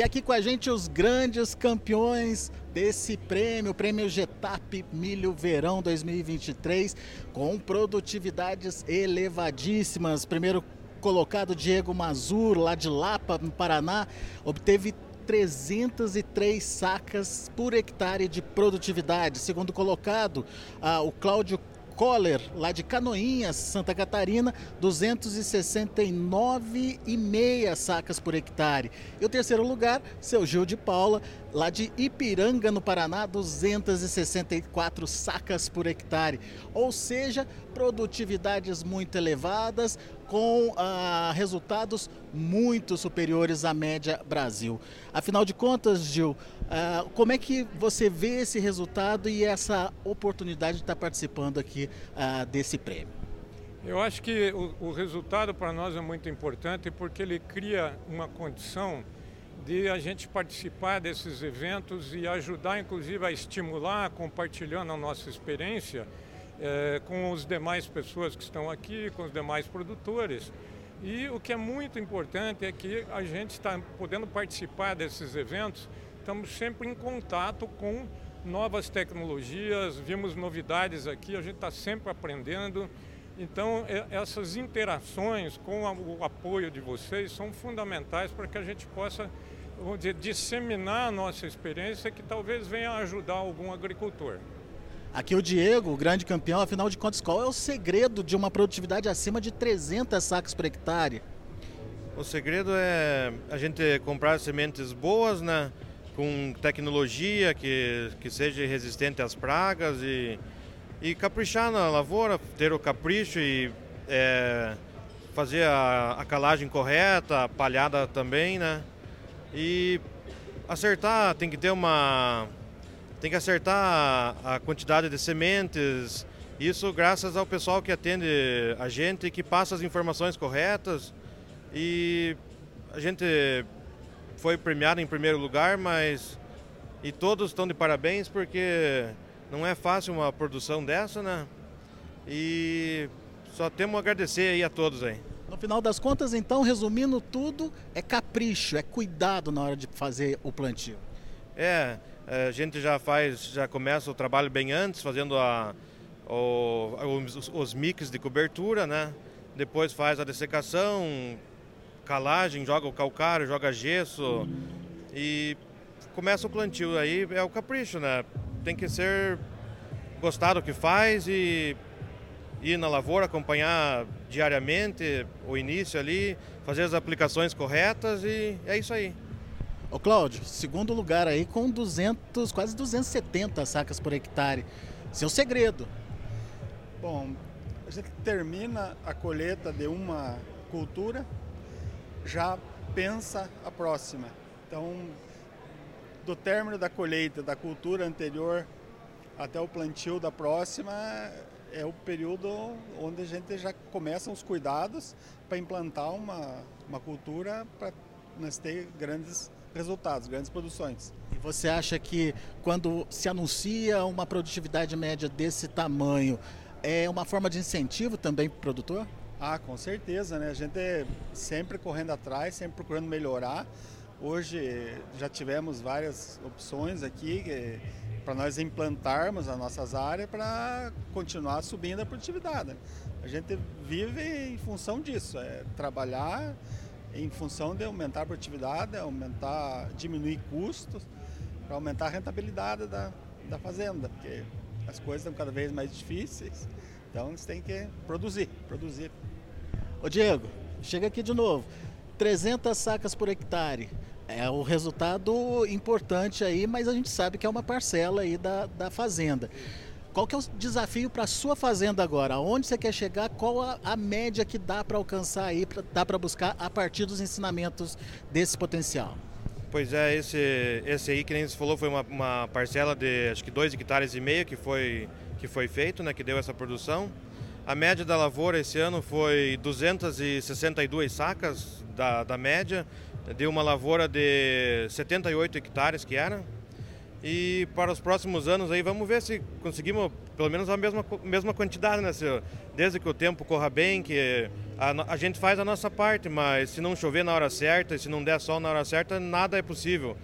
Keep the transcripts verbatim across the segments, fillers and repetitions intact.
E aqui com a gente os grandes campeões desse prêmio, o Prêmio Getap Milho Verão dois mil e vinte e três, com produtividades elevadíssimas. Primeiro colocado Diego Mazur, lá de Lapa, no Paraná, obteve trezentas e três sacas por hectare de produtividade. Segundo colocado, ah, o Cláudio Koller, lá de Canoinhas, Santa Catarina, duzentas e sessenta e nove e meia sacas por hectare. E o terceiro lugar, seu Gil de Paula, lá de Ipiranga, no Paraná, duzentas e sessenta e quatro sacas por hectare. Ou seja, produtividades muito elevadas, com ah, resultados muito superiores à média Brasil. Afinal de contas, Gil, ah, como é que você vê esse resultado e essa oportunidade de estar participando aqui ah, desse prêmio? Eu acho que o, o resultado para nós é muito importante porque ele cria uma condição de a gente participar desses eventos e ajudar, inclusive, a estimular, compartilhando a nossa experiência é, com as demais pessoas que estão aqui, com os demais produtores. E o que é muito importante é que a gente está podendo participar desses eventos, estamos sempre em contato com novas tecnologias, vimos novidades aqui, a gente está sempre aprendendo. Então, essas interações com o apoio de vocês são fundamentais para que a gente possa, vamos dizer, disseminar a nossa experiência que talvez venha ajudar algum agricultor. Aqui o Diego, o grande campeão, afinal de contas, qual é o segredo de uma produtividade acima de trezentas sacas por hectare? O segredo é a gente comprar sementes boas, né, com tecnologia que, que seja resistente às pragas e, e caprichar na lavoura, ter o capricho e é, fazer a, a calagem correta, a palhada também, né, e acertar, tem que ter uma... Tem que acertar a quantidade de sementes, isso graças ao pessoal que atende a gente e que passa as informações corretas. E a gente foi premiado em primeiro lugar, mas e todos estão de parabéns porque não é fácil uma produção dessa, né? E só temos a agradecer aí a todos aí. No final das contas, então, resumindo tudo, é capricho, é cuidado na hora de fazer o plantio. É, a gente já faz, já começa o trabalho bem antes, fazendo a, o, os, os mix de cobertura, né? Depois faz a dessecação, calagem, joga o calcário, joga gesso e começa o plantio. Aí é o capricho, né? Tem que ser gostar do que faz e ir na lavoura, acompanhar diariamente o início ali, fazer as aplicações corretas e é isso aí. Ô Cláudio, segundo lugar aí com duzentos, quase duzentas e setenta sacas por hectare. Seu segredo? Bom, a gente termina a colheita de uma cultura, já pensa a próxima. Então, do término da colheita da cultura anterior até o plantio da próxima, é o período onde a gente já começa os cuidados para implantar uma, uma cultura para nós ter grandes resultados, grandes produções. E você acha que quando se anuncia uma produtividade média desse tamanho, é uma forma de incentivo também para o produtor? Ah, com certeza, né? A gente é sempre correndo atrás, sempre procurando melhorar. Hoje já tivemos várias opções aqui para nós implantarmos as nossas áreas para continuar subindo a produtividade. A gente vive em função disso, é trabalhar em função de aumentar a produtividade, aumentar, diminuir custos, para aumentar a rentabilidade da, da fazenda, porque as coisas estão cada vez mais difíceis, então eles têm que produzir, produzir. Ô Diego, chega aqui de novo, trezentas sacas por hectare, é o resultado importante aí, mas a gente sabe que é uma parcela aí da, da fazenda. Qual que é o desafio para a sua fazenda agora? Aonde você quer chegar? Qual a, a média que dá para alcançar aí, pra, dá para buscar a partir dos ensinamentos desse potencial? Pois é, esse, esse aí que nem você falou foi uma, uma parcela de acho que dois hectares e meio que foi, que foi feito, né, que deu essa produção. A média da lavoura esse ano foi duzentas e sessenta e duas sacas da, da média, deu uma lavoura de setenta e oito hectares que era. E para os próximos anos aí vamos ver se conseguimos pelo menos a mesma, mesma quantidade, né? Se, desde que o tempo corra bem, que a, a gente faz a nossa parte, mas se não chover na hora certa, se não der sol na hora certa, nada é possível.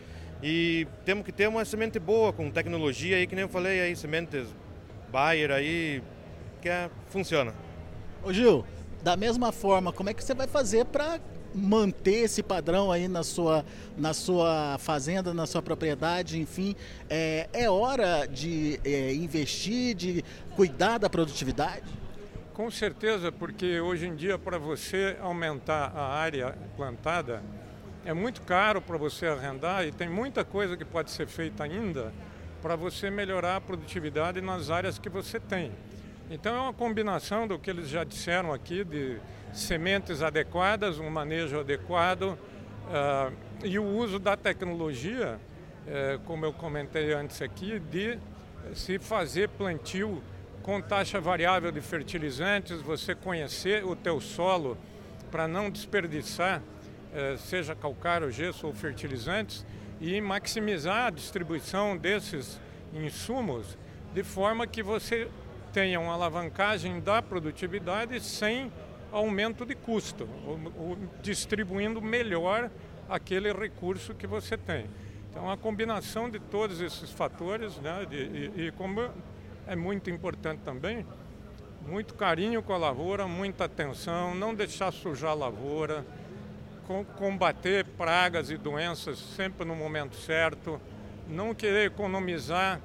E temos que ter uma semente boa, com tecnologia aí, que nem eu falei aí, sementes Bayer aí, que é, funciona. Ô Gil, da mesma forma, como é que você vai fazer para manter esse padrão aí na sua, na sua fazenda, na sua propriedade, enfim, é, é hora de é, investir, de cuidar da produtividade? Com certeza, porque hoje em dia para você aumentar a área plantada é muito caro para você arrendar e tem muita coisa que pode ser feita ainda para você melhorar a produtividade nas áreas que você tem. Então é uma combinação do que eles já disseram aqui, de sementes adequadas, um manejo adequado uh, e o uso da tecnologia, uh, como eu comentei antes aqui, de se fazer plantio com taxa variável de fertilizantes, você conhecer o teu solo para não desperdiçar, uh, seja calcário, gesso ou fertilizantes, e maximizar a distribuição desses insumos de forma que você tenha uma alavancagem da produtividade sem aumento de custo, ou, ou distribuindo melhor aquele recurso que você tem. Então, a combinação de todos esses fatores, né, de, e, e como é muito importante também, muito carinho com a lavoura, muita atenção, não deixar sujar a lavoura, com, combater pragas e doenças sempre no momento certo, não querer economizar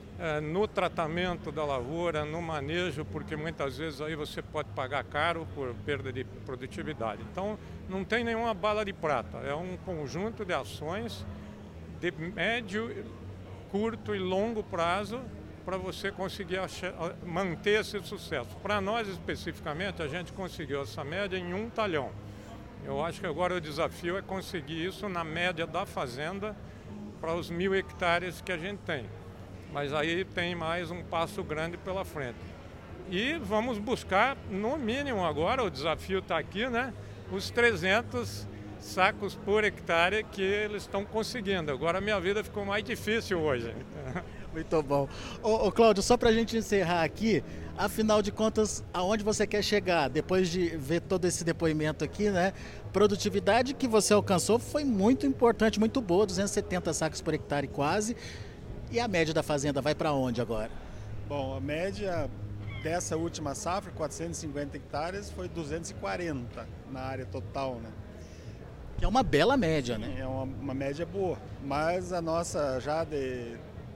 no tratamento da lavoura, no manejo, porque muitas vezes aí você pode pagar caro por perda de produtividade. Então, não tem nenhuma bala de prata, é um conjunto de ações de médio, curto e longo prazo para você conseguir achar, manter esse sucesso. Para nós, especificamente, a gente conseguiu essa média em um talhão. Eu acho que agora o desafio é conseguir isso na média da fazenda para os mil hectares que a gente tem. Mas aí tem mais um passo grande pela frente. E vamos buscar, no mínimo agora, o desafio está aqui, né? Os trezentos sacos por hectare que eles estão conseguindo. Agora a minha vida ficou mais difícil hoje. Muito bom. Ô, ô Cláudio, só para a gente encerrar aqui, afinal de contas, aonde você quer chegar? Depois de ver todo esse depoimento aqui, né? Produtividade que você alcançou foi muito importante, muito boa, duzentos e setenta sacos por hectare quase. E a média da fazenda vai para onde agora? Bom, a média dessa última safra, quatrocentos e cinquenta hectares, foi duzentos e quarenta na área total, né? Que é uma bela média, Sim, né? É uma, uma média boa, mas a nossa já de,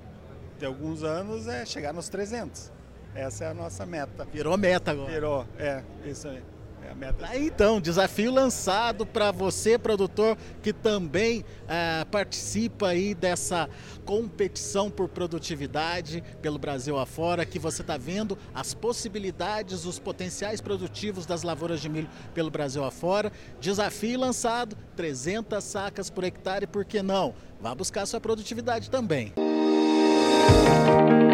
de alguns anos é chegar nos trezentos. Essa é a nossa meta. Virou meta agora. Virou, é, isso aí. É a meta. Aí, então, desafio lançado para você, produtor, que também é, participa aí dessa competição por produtividade pelo Brasil afora, que você está vendo as possibilidades, os potenciais produtivos das lavouras de milho pelo Brasil afora. Desafio lançado, trezentas sacas por hectare, por que não? Vá buscar sua produtividade também.